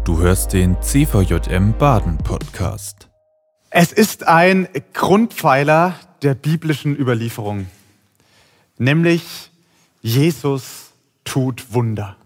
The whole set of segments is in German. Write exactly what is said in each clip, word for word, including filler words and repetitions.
Du hörst den C V J M Baden Podcast. Es ist ein Grundpfeiler der biblischen Überlieferung, nämlich Jesus tut Wunder.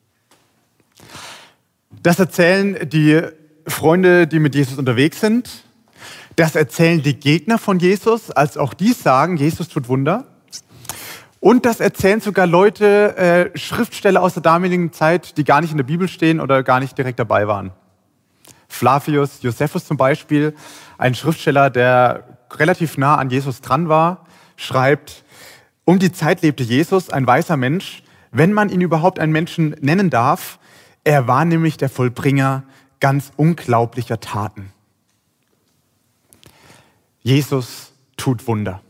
Das erzählen die Freunde, die mit Jesus unterwegs sind. Das erzählen die Gegner von Jesus, als auch die sagen, Jesus tut Wunder. Und das erzählen sogar Leute, äh, Schriftsteller aus der damaligen Zeit, die gar nicht in der Bibel stehen oder gar nicht direkt dabei waren. Flavius Josephus zum Beispiel, ein Schriftsteller, der relativ nah an Jesus dran war, schreibt, um die Zeit lebte Jesus, ein weiser Mensch, wenn man ihn überhaupt einen Menschen nennen darf. Er war nämlich der Vollbringer ganz unglaublicher Taten. Jesus tut Wunder.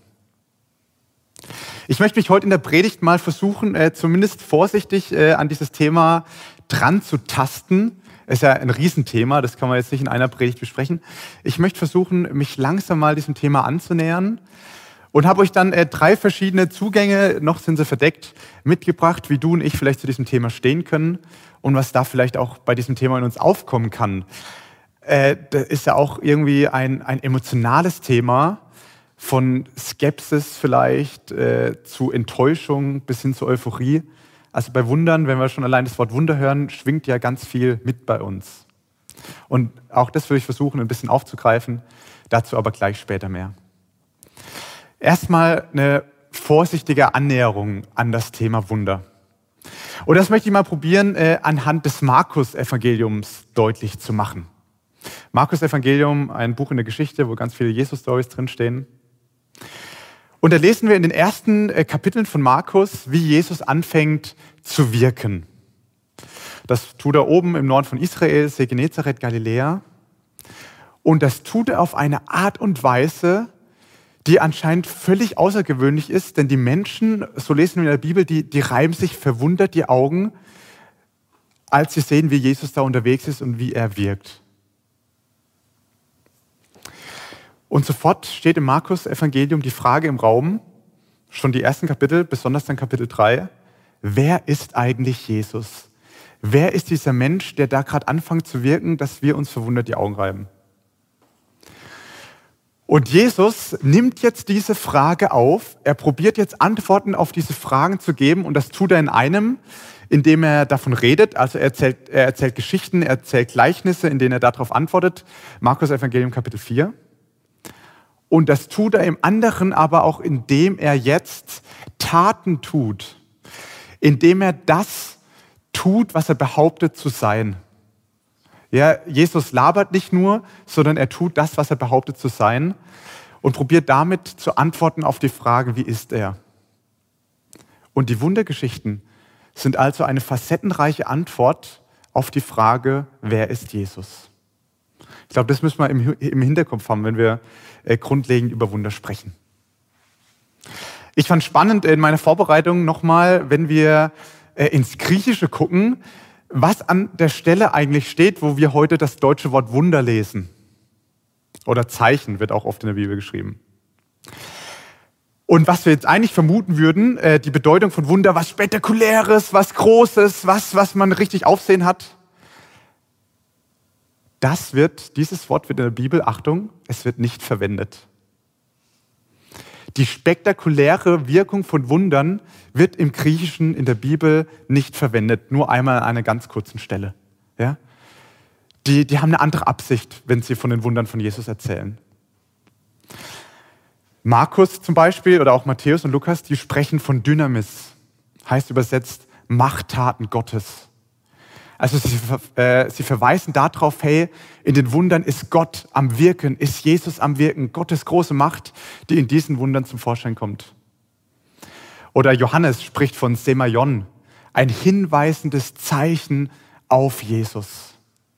Ich möchte mich heute in der Predigt mal versuchen, äh, zumindest vorsichtig äh, an dieses Thema dran zu tasten. Ist ja ein Riesenthema, das kann man jetzt nicht in einer Predigt besprechen. Ich möchte versuchen, mich langsam mal diesem Thema anzunähern und habe euch dann äh, drei verschiedene Zugänge, noch sind sie verdeckt, mitgebracht, wie du und ich vielleicht zu diesem Thema stehen können und was da vielleicht auch bei diesem Thema in uns aufkommen kann. Äh, das ist ja auch irgendwie ein, ein emotionales Thema, von Skepsis vielleicht äh, zu Enttäuschung bis hin zu Euphorie. Also bei Wundern, wenn wir schon allein das Wort Wunder hören, schwingt ja ganz viel mit bei uns. Und auch das will ich versuchen, ein bisschen aufzugreifen, dazu aber gleich später mehr. Erstmal eine vorsichtige Annäherung an das Thema Wunder. Und das möchte ich mal probieren, äh, anhand des Markus-Evangeliums deutlich zu machen. Markus-Evangelium, ein Buch in der Geschichte, wo ganz viele Jesus-Stories drinstehen. Und da lesen wir in den ersten Kapiteln von Markus, wie Jesus anfängt zu wirken. Das tut er oben im Norden von Israel, See Genezareth, Galiläa. Und das tut er auf eine Art und Weise, die anscheinend völlig außergewöhnlich ist, denn die Menschen, so lesen wir in der Bibel, die, die reiben sich verwundert die Augen, als sie sehen, wie Jesus da unterwegs ist und wie er wirkt. Und sofort steht im Markus-Evangelium die Frage im Raum, schon die ersten Kapitel, besonders dann Kapitel drei, wer ist eigentlich Jesus? Wer ist dieser Mensch, der da gerade anfängt zu wirken, dass wir uns verwundert die Augen reiben? Und Jesus nimmt jetzt diese Frage auf, er probiert jetzt Antworten auf diese Fragen zu geben und das tut er in einem, indem er davon redet, also er erzählt, er erzählt Geschichten, er erzählt Gleichnisse, in denen er darauf antwortet, Markus-Evangelium Kapitel vier. Und das tut er im anderen aber auch, indem er jetzt Taten tut, indem er das tut, was er behauptet zu sein. Ja, Jesus labert nicht nur, sondern er tut das, was er behauptet zu sein und probiert damit zu antworten auf die Frage, wie ist er? Und die Wundergeschichten sind also eine facettenreiche Antwort auf die Frage, wer ist Jesus? Ich glaube, das müssen wir im, im Hinterkopf haben, wenn wir äh, grundlegend über Wunder sprechen. Ich fand spannend in meiner Vorbereitung nochmal, wenn wir äh, ins Griechische gucken, was an der Stelle eigentlich steht, wo wir heute das deutsche Wort Wunder lesen. Oder Zeichen wird auch oft in der Bibel geschrieben. Und was wir jetzt eigentlich vermuten würden, äh, die Bedeutung von Wunder, was Spektakuläres, was Großes, was, was man richtig Aufsehen hat. Das wird, dieses Wort wird in der Bibel, Achtung, es wird nicht verwendet. Die spektakuläre Wirkung von Wundern wird im Griechischen in der Bibel nicht verwendet, nur einmal an einer ganz kurzen Stelle. Ja? Die, die haben eine andere Absicht, wenn sie von den Wundern von Jesus erzählen. Markus zum Beispiel oder auch Matthäus und Lukas, die sprechen von Dynamis, heißt übersetzt Machttaten Gottes. Also sie, äh, sie verweisen darauf, hey, in den Wundern ist Gott am Wirken, ist Jesus am Wirken, Gottes große Macht, die in diesen Wundern zum Vorschein kommt. Oder Johannes spricht von Semaion, ein hinweisendes Zeichen auf Jesus.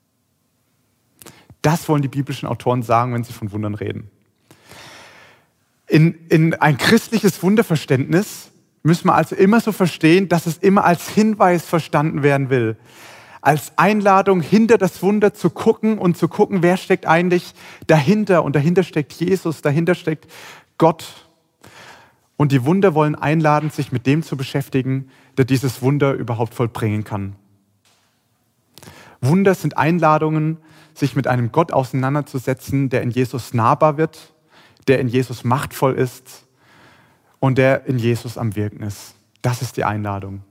Das wollen die biblischen Autoren sagen, wenn sie von Wundern reden. In, in ein christliches Wunderverständnis müssen wir also immer so verstehen, dass es immer als Hinweis verstanden werden will. Als Einladung, hinter das Wunder zu gucken und zu gucken, wer steckt eigentlich dahinter. Und dahinter steckt Jesus, dahinter steckt Gott. Und die Wunder wollen einladen, sich mit dem zu beschäftigen, der dieses Wunder überhaupt vollbringen kann. Wunder sind Einladungen, sich mit einem Gott auseinanderzusetzen, der in Jesus nahbar wird, der in Jesus machtvoll ist und der in Jesus am Wirken ist. Das ist die Einladung.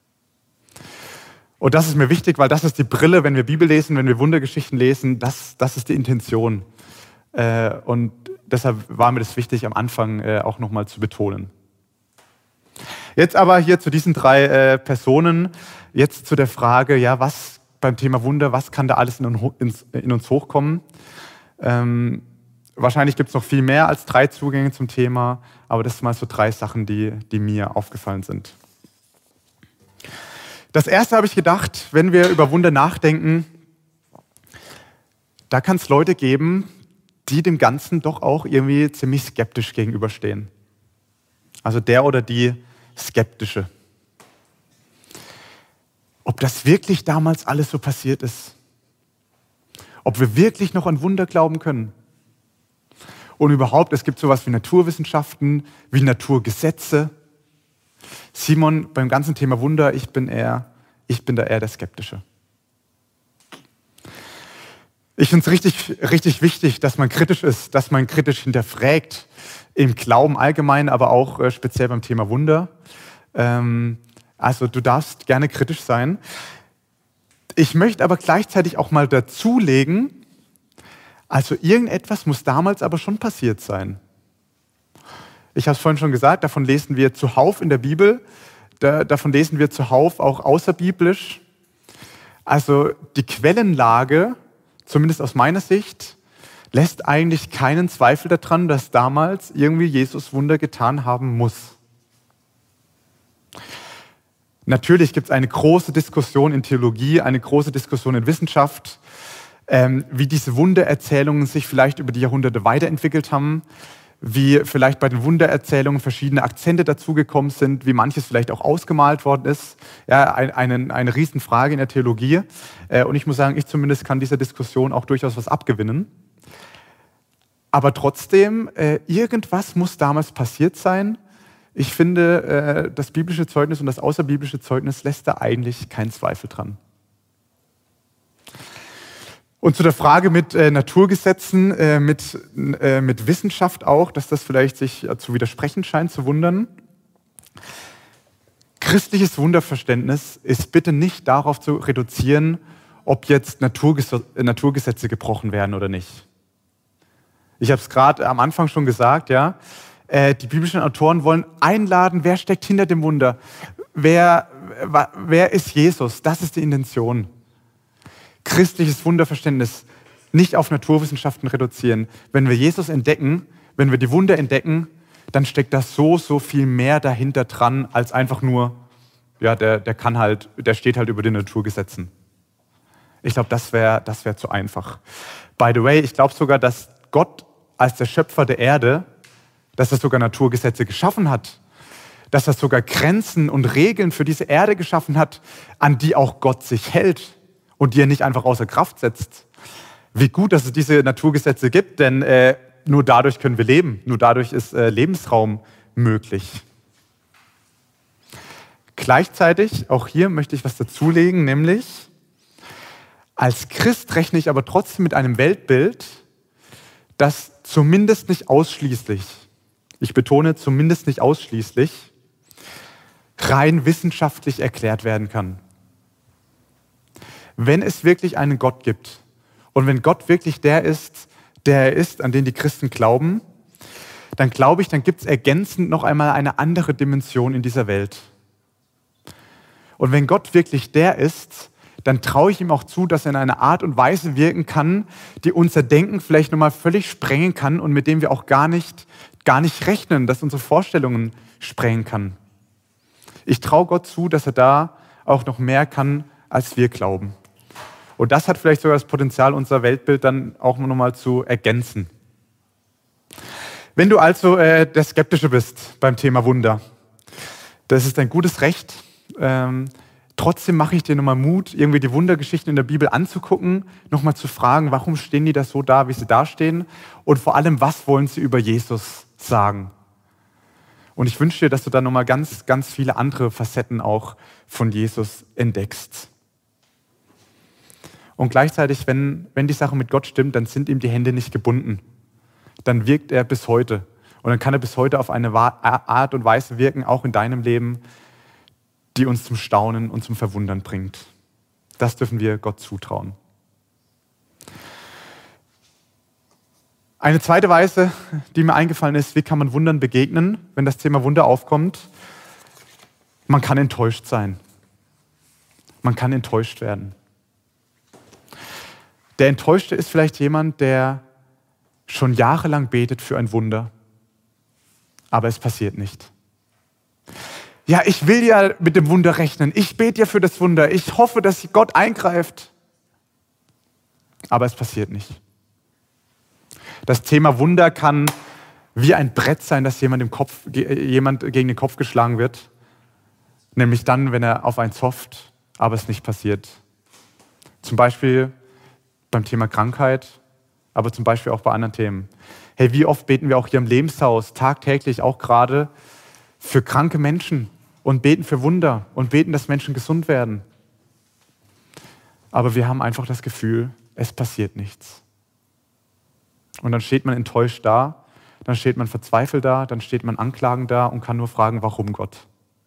Und das ist mir wichtig, weil das ist die Brille, wenn wir Bibel lesen, wenn wir Wundergeschichten lesen, das, das ist die Intention. Äh, und deshalb war mir das wichtig, am Anfang äh, auch nochmal zu betonen. Jetzt aber hier zu diesen drei äh, Personen, jetzt zu der Frage, ja, was beim Thema Wunder, was kann da alles in, in, in uns hochkommen? Ähm, wahrscheinlich gibt es noch viel mehr als drei Zugänge zum Thema, aber das sind mal so drei Sachen, die, die mir aufgefallen sind. Das erste habe ich gedacht, wenn wir über Wunder nachdenken, da kann es Leute geben, die dem Ganzen doch auch irgendwie ziemlich skeptisch gegenüberstehen. Also der oder die Skeptische. Ob das wirklich damals alles so passiert ist. Ob wir wirklich noch an Wunder glauben können. Und überhaupt, es gibt sowas wie Naturwissenschaften, wie Naturgesetze. Simon, beim ganzen Thema Wunder, ich bin eher, ich bin da eher der Skeptische. Ich finde es richtig, richtig wichtig, dass man kritisch ist, dass man kritisch hinterfragt, im Glauben allgemein, aber auch äh, speziell beim Thema Wunder. Ähm, also du darfst gerne kritisch sein. Ich möchte aber gleichzeitig auch mal dazulegen, also irgendetwas muss damals aber schon passiert sein. Ich habe es vorhin schon gesagt, davon lesen wir zuhauf in der Bibel, da, davon lesen wir zuhauf auch außerbiblisch. Also die Quellenlage, zumindest aus meiner Sicht, lässt eigentlich keinen Zweifel daran, dass damals irgendwie Jesus Wunder getan haben muss. Natürlich gibt es eine große Diskussion in Theologie, eine große Diskussion in Wissenschaft, ähm, wie diese Wundererzählungen sich vielleicht über die Jahrhunderte weiterentwickelt haben, wie vielleicht bei den Wundererzählungen verschiedene Akzente dazugekommen sind, wie manches vielleicht auch ausgemalt worden ist. Ja, ein, eine, eine Riesenfrage in der Theologie. Äh, und ich muss sagen, ich zumindest kann dieser Diskussion auch durchaus was abgewinnen. Aber trotzdem, äh, irgendwas muss damals passiert sein. Ich finde, äh, das biblische Zeugnis und das außerbiblische Zeugnis lässt da eigentlich keinen Zweifel dran. Und zu der Frage mit äh, Naturgesetzen, äh, mit, äh, mit Wissenschaft auch, dass das vielleicht sich äh, zu widersprechen scheint, zu wundern. Christliches Wunderverständnis ist bitte nicht darauf zu reduzieren, ob jetzt Naturges- Naturgesetze gebrochen werden oder nicht. Ich habe es gerade am Anfang schon gesagt, ja. Äh, die biblischen Autoren wollen einladen, wer steckt hinter dem Wunder? Wer, wer ist Jesus? Das ist die Intention. Christliches Wunderverständnis nicht auf Naturwissenschaften reduzieren. Wenn wir Jesus entdecken, wenn wir die Wunder entdecken, dann steckt da so, so viel mehr dahinter dran, als einfach nur, ja, der, der kann halt, der steht halt über den Naturgesetzen. Ich glaube, das wäre das wär zu einfach. By the way, ich glaube sogar, dass Gott als der Schöpfer der Erde, dass er sogar Naturgesetze geschaffen hat, dass er sogar Grenzen und Regeln für diese Erde geschaffen hat, an die auch Gott sich hält und die er nicht einfach außer Kraft setzt. Wie gut, dass es diese Naturgesetze gibt, denn äh, nur dadurch können wir leben, nur dadurch ist äh, Lebensraum möglich. Gleichzeitig, auch hier möchte ich was dazulegen, nämlich als Christ rechne ich aber trotzdem mit einem Weltbild, das zumindest nicht ausschließlich, ich betone zumindest nicht ausschließlich, rein wissenschaftlich erklärt werden kann. Wenn es wirklich einen Gott gibt und wenn Gott wirklich der ist, der er ist, an den die Christen glauben, dann glaube ich, dann gibt es ergänzend noch einmal eine andere Dimension in dieser Welt. Und wenn Gott wirklich der ist, dann traue ich ihm auch zu, dass er in einer Art und Weise wirken kann, die unser Denken vielleicht nochmal völlig sprengen kann und mit dem wir auch gar nicht, gar nicht rechnen, dass unsere Vorstellungen sprengen kann. Ich traue Gott zu, dass er da auch noch mehr kann, als wir glauben. Und das hat vielleicht sogar das Potenzial, unser Weltbild dann auch nochmal zu ergänzen. Wenn du also äh, der Skeptische bist beim Thema Wunder, das ist ein gutes Recht. Ähm, trotzdem mache ich dir nochmal Mut, irgendwie die Wundergeschichten in der Bibel anzugucken, nochmal zu fragen, warum stehen die da so da, wie sie da stehen? Und vor allem, was wollen sie über Jesus sagen? Und ich wünsche dir, dass du da nochmal ganz, ganz viele andere Facetten auch von Jesus entdeckst. Und gleichzeitig, wenn, wenn die Sache mit Gott stimmt, dann sind ihm die Hände nicht gebunden. Dann wirkt er bis heute. Und dann kann er bis heute auf eine Art und Weise wirken, auch in deinem Leben, die uns zum Staunen und zum Verwundern bringt. Das dürfen wir Gott zutrauen. Eine zweite Weise, die mir eingefallen ist, wie kann man Wundern begegnen, wenn das Thema Wunder aufkommt? Man kann enttäuscht sein. Man kann enttäuscht werden. Der Enttäuschte ist vielleicht jemand, der schon jahrelang betet für ein Wunder, aber es passiert nicht. Ja, ich will ja mit dem Wunder rechnen. Ich bete ja für das Wunder. Ich hoffe, dass Gott eingreift. Aber es passiert nicht. Das Thema Wunder kann wie ein Brett sein, das jemand, im Kopf, jemand gegen den Kopf geschlagen wird. Nämlich dann, wenn er auf eins hofft, aber es nicht passiert. Zum Beispiel beim Thema Krankheit, aber zum Beispiel auch bei anderen Themen. Hey, wie oft beten wir auch hier im Lebenshaus, tagtäglich auch gerade für kranke Menschen und beten für Wunder und beten, dass Menschen gesund werden. Aber wir haben einfach das Gefühl, es passiert nichts. Und dann steht man enttäuscht da, dann steht man verzweifelt da, dann steht man anklagend da und kann nur fragen, warum Gott?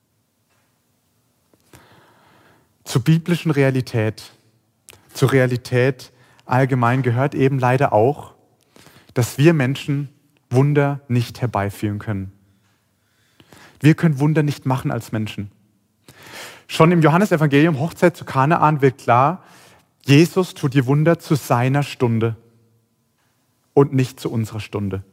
Zur biblischen Realität, zur Realität allgemein gehört eben leider auch, dass wir Menschen Wunder nicht herbeiführen können. Wir können Wunder nicht machen als Menschen. Schon im Johannesevangelium, Hochzeit zu Kanaan, wird klar, Jesus tut die Wunder zu seiner Stunde und nicht zu unserer Stunde.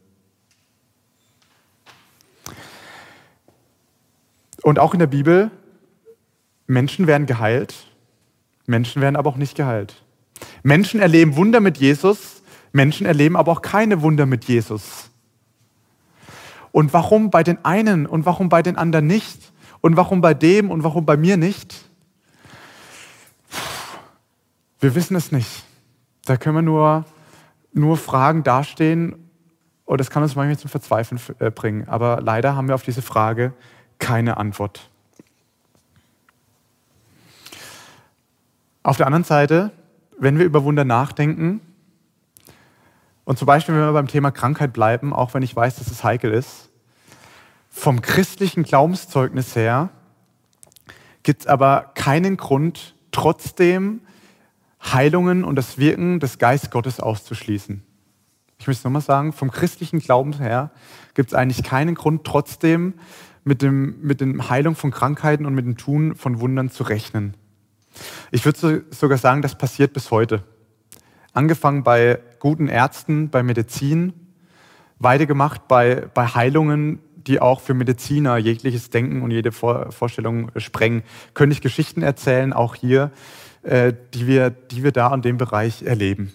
Und auch in der Bibel, Menschen werden geheilt, Menschen werden aber auch nicht geheilt. Menschen erleben Wunder mit Jesus, Menschen erleben aber auch keine Wunder mit Jesus. Und warum bei den einen und warum bei den anderen nicht? Und warum bei dem und warum bei mir nicht? Wir wissen es nicht. Da können wir nur, nur Fragen dastehen und das kann uns manchmal zum Verzweifeln bringen. Aber leider haben wir auf diese Frage keine Antwort. Auf der anderen Seite, wenn wir über Wunder nachdenken und zum Beispiel, wenn wir beim Thema Krankheit bleiben, auch wenn ich weiß, dass es heikel ist, vom christlichen Glaubenszeugnis her gibt es aber keinen Grund, trotzdem Heilungen und das Wirken des Geistes Gottes auszuschließen. Ich möchte es nochmal sagen, vom christlichen Glauben her gibt es eigentlich keinen Grund, trotzdem mit dem, mit dem Heilung von Krankheiten und mit dem Tun von Wundern zu rechnen. Ich würde sogar sagen, das passiert bis heute. Angefangen bei guten Ärzten, bei Medizin, weitergemacht bei, bei Heilungen, die auch für Mediziner jegliches Denken und jede Vor- Vorstellung sprengen. Könnte ich Geschichten erzählen, auch hier, äh, die wir, die wir da in dem Bereich erleben.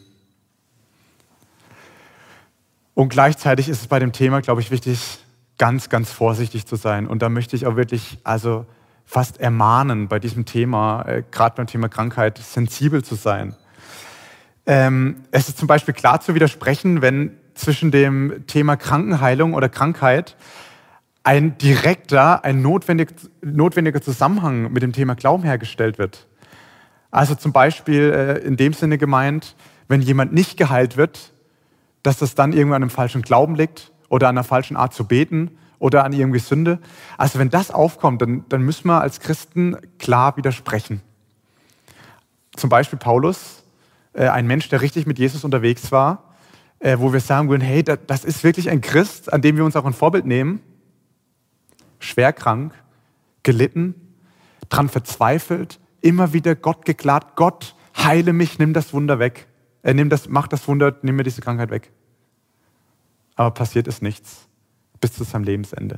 Und gleichzeitig ist es bei dem Thema, glaube ich, wichtig, ganz, ganz vorsichtig zu sein. Und da möchte ich auch wirklich, also fast ermahnen, bei diesem Thema, äh, gerade beim Thema Krankheit, sensibel zu sein. Ähm, es ist zum Beispiel klar zu widersprechen, wenn zwischen dem Thema Krankenheilung oder Krankheit ein direkter, ein notwendig, notwendiger Zusammenhang mit dem Thema Glauben hergestellt wird. Also zum Beispiel äh, in dem Sinne gemeint, wenn jemand nicht geheilt wird, dass das dann irgendwo an einem falschen Glauben liegt oder an einer falschen Art zu beten oder an irgendwie Sünde. Also wenn das aufkommt, dann, dann müssen wir als Christen klar widersprechen. Zum Beispiel Paulus, äh, ein Mensch, der richtig mit Jesus unterwegs war, äh, wo wir sagen würden, hey, das, das ist wirklich ein Christ, an dem wir uns auch ein Vorbild nehmen. Schwer krank, gelitten, dran verzweifelt, immer wieder Gott geklagt, Gott, heile mich, nimm das Wunder weg. Äh, nimm das, mach das Wunder, nimm mir diese Krankheit weg. Aber passiert ist nichts, bis zu seinem Lebensende.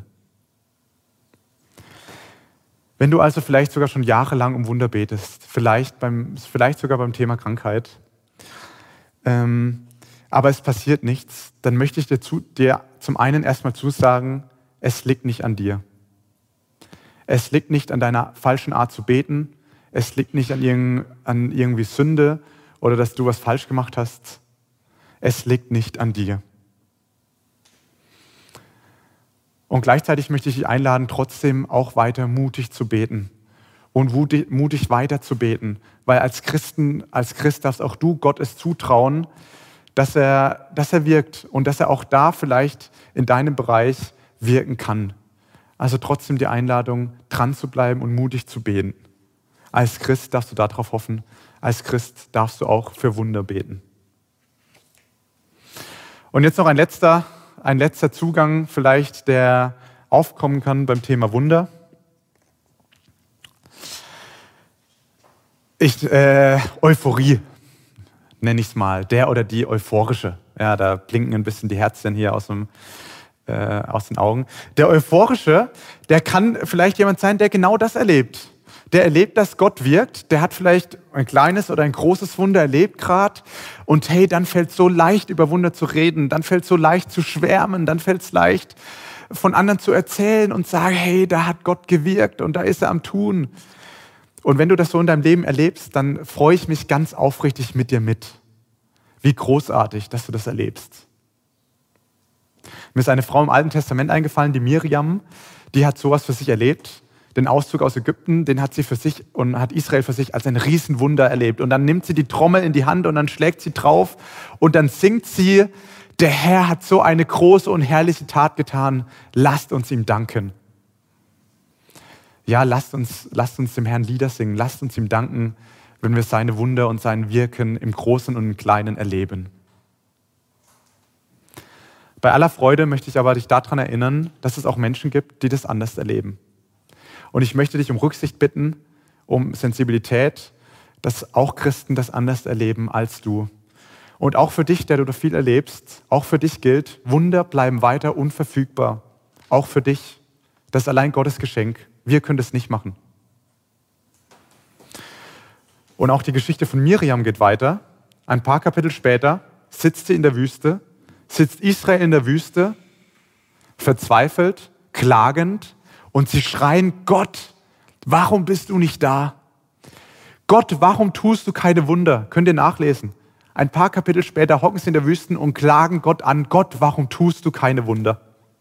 Wenn du also vielleicht sogar schon jahrelang um Wunder betest, vielleicht, beim, vielleicht sogar beim Thema Krankheit, ähm, aber es passiert nichts, dann möchte ich dir, zu, dir zum einen erstmal zusagen, es liegt nicht an dir. Es liegt nicht an deiner falschen Art zu beten, es liegt nicht an, irgend, an irgendwie Sünde oder dass du was falsch gemacht hast. Es liegt nicht an dir. Und gleichzeitig möchte ich dich einladen, trotzdem auch weiter mutig zu beten und mutig weiter zu beten. Weil als Christen, als Christ darfst auch du Gott es zutrauen, dass er, dass er wirkt und dass er auch da vielleicht in deinem Bereich wirken kann. Also trotzdem die Einladung, dran zu bleiben und mutig zu beten. Als Christ darfst du darauf hoffen. Als Christ darfst du auch für Wunder beten. Und jetzt noch ein letzter, ein letzter Zugang vielleicht, der aufkommen kann beim Thema Wunder. Ich, äh, Euphorie nenne ich es mal, der oder die Euphorische. Ja, da blinken ein bisschen die Herzchen hier aus, dem, äh, aus den Augen. Der Euphorische, der kann vielleicht jemand sein, der genau das erlebt. Der erlebt, dass Gott wirkt, der hat vielleicht ein kleines oder ein großes Wunder erlebt gerade und hey, dann fällt es so leicht, über Wunder zu reden, dann fällt es so leicht zu schwärmen, dann fällt es leicht, von anderen zu erzählen und sagen, hey, da hat Gott gewirkt und da ist er am Tun. Und wenn du das so in deinem Leben erlebst, dann freue ich mich ganz aufrichtig mit dir mit. Wie großartig, dass du das erlebst. Mir ist eine Frau im Alten Testament eingefallen, die Miriam, die hat sowas für sich erlebt. Den Auszug aus Ägypten, den hat sie für sich und hat Israel für sich als ein Riesenwunder erlebt. Und dann nimmt sie die Trommel in die Hand und dann schlägt sie drauf und dann singt sie, der Herr hat so eine große und herrliche Tat getan, lasst uns ihm danken. Ja, lasst uns, lasst uns dem Herrn Lieder singen, lasst uns ihm danken, wenn wir seine Wunder und sein Wirken im Großen und im Kleinen erleben. Bei aller Freude möchte ich aber dich daran erinnern, dass es auch Menschen gibt, die das anders erleben. Und ich möchte dich um Rücksicht bitten, um Sensibilität, dass auch Christen das anders erleben als du. Und auch für dich, der du da viel erlebst, auch für dich gilt, Wunder bleiben weiter unverfügbar. Auch für dich. Das ist allein Gottes Geschenk. Wir können das nicht machen. Und auch die Geschichte von Miriam geht weiter. Ein paar Kapitel später sitzt sie in der Wüste, sitzt Israel in der Wüste, verzweifelt, klagend, und sie schreien, Gott, warum bist du nicht da? Gott, warum tust du keine Wunder? Könnt ihr nachlesen. Ein paar Kapitel später hocken sie in der Wüste und klagen Gott an, Gott, warum tust du keine Wunder?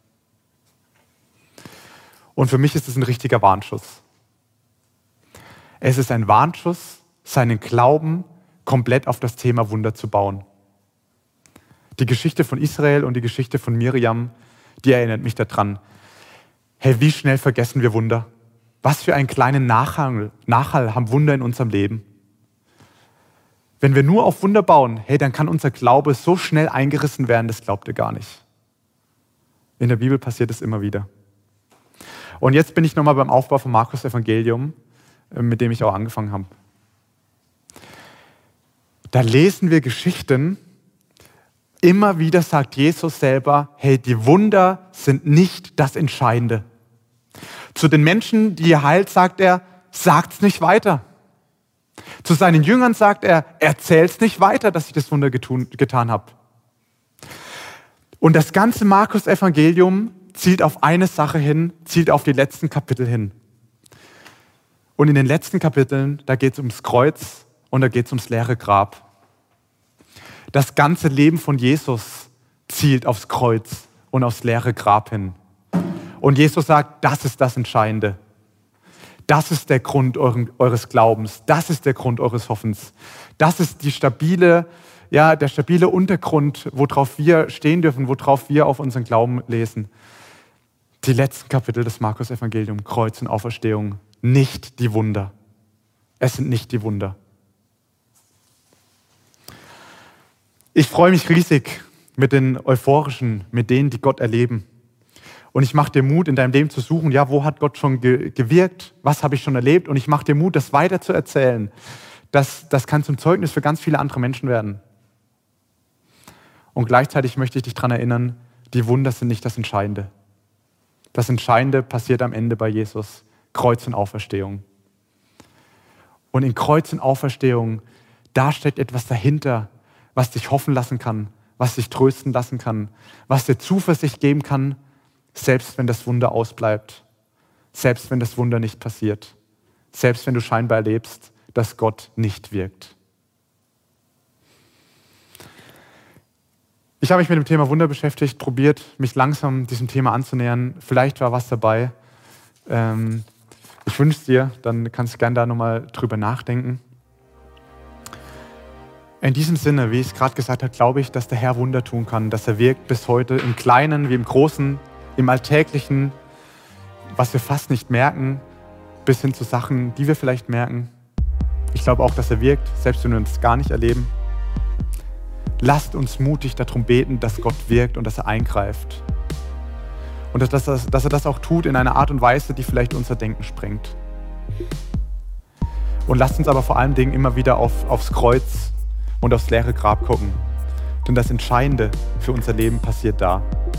Und für mich ist es ein richtiger Warnschuss. Es ist ein Warnschuss, seinen Glauben komplett auf das Thema Wunder zu bauen. Die Geschichte von Israel und die Geschichte von Miriam, die erinnert mich daran. Hey, wie schnell vergessen wir Wunder? Was für einen kleinen Nachhall, Nachhall haben Wunder in unserem Leben? Wenn wir nur auf Wunder bauen, hey, dann kann unser Glaube so schnell eingerissen werden, das glaubt ihr gar nicht. In der Bibel passiert es immer wieder. Und jetzt bin ich nochmal beim Aufbau vom Markus-Evangelium, mit dem ich auch angefangen habe. Da lesen wir Geschichten, immer wieder sagt Jesus selber, hey, die Wunder sind nicht das Entscheidende. Zu den Menschen, die ihr heilt, sagt er, sagt's nicht weiter. Zu seinen Jüngern sagt er, erzähl's nicht weiter, dass ich das Wunder getun, getan habe. Und das ganze Markus-Evangelium zielt auf eine Sache hin, zielt auf die letzten Kapitel hin. Und in den letzten Kapiteln, da geht es ums Kreuz und da geht es ums leere Grab. Das ganze Leben von Jesus zielt aufs Kreuz und aufs leere Grab hin. Und Jesus sagt, das ist das Entscheidende. Das ist der Grund euren, eures Glaubens. Das ist der Grund eures Hoffens. Das ist die stabile, ja, der stabile Untergrund, worauf wir stehen dürfen, worauf wir auf unseren Glauben lesen. Die letzten Kapitel des Markus-Evangelium, Kreuz und Auferstehung, nicht die Wunder. Es sind nicht die Wunder. Ich freue mich riesig mit den Euphorischen, mit denen, die Gott erleben. Und ich mache dir Mut, in deinem Leben zu suchen, ja, wo hat Gott schon ge- gewirkt? Was habe ich schon erlebt? Und ich mache dir Mut, das weiter zu erzählen. Das, das kann zum Zeugnis für ganz viele andere Menschen werden. Und gleichzeitig möchte ich dich daran erinnern, die Wunder sind nicht das Entscheidende. Das Entscheidende passiert am Ende bei Jesus. Kreuz und Auferstehung. Und in Kreuz und Auferstehung, da steckt etwas dahinter, was dich hoffen lassen kann, was dich trösten lassen kann, was dir Zuversicht geben kann, selbst wenn das Wunder ausbleibt, selbst wenn das Wunder nicht passiert, selbst wenn du scheinbar erlebst, dass Gott nicht wirkt. Ich habe mich mit dem Thema Wunder beschäftigt, probiert, mich langsam diesem Thema anzunähern. Vielleicht war was dabei. Ähm, ich ich wünsche es dir, dann kannst du gerne da nochmal drüber nachdenken. In diesem Sinne, wie ich es gerade gesagt habe, glaube ich, dass der Herr Wunder tun kann, dass er wirkt bis heute im Kleinen wie im Großen, im Alltäglichen, was wir fast nicht merken, bis hin zu Sachen, die wir vielleicht merken. Ich glaube auch, dass er wirkt, selbst wenn wir uns gar nicht erleben. Lasst uns mutig darum beten, dass Gott wirkt und dass er eingreift. Und dass, dass, dass er das auch tut in einer Art und Weise, die vielleicht unser Denken sprengt. Und lasst uns aber vor allen Dingen immer wieder auf, aufs Kreuz und aufs leere Grab gucken. Denn das Entscheidende für unser Leben passiert da.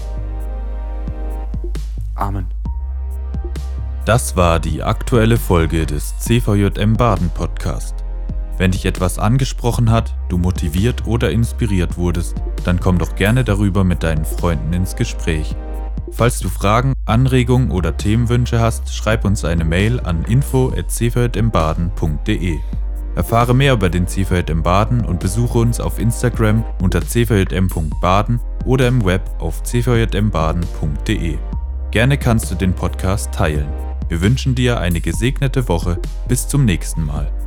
Amen. Das war die aktuelle Folge des C V J M Baden Podcast. Wenn dich etwas angesprochen hat, du motiviert oder inspiriert wurdest, dann komm doch gerne darüber mit deinen Freunden ins Gespräch. Falls du Fragen, Anregungen oder Themenwünsche hast, schreib uns eine Mail an info at c v j m baden punkt d e. Erfahre mehr über den C V J M Baden und besuche uns auf Instagram unter c v j m punkt baden oder im Web auf c v j m baden punkt d e. Gerne kannst du den Podcast teilen. Wir wünschen dir eine gesegnete Woche. Bis zum nächsten Mal.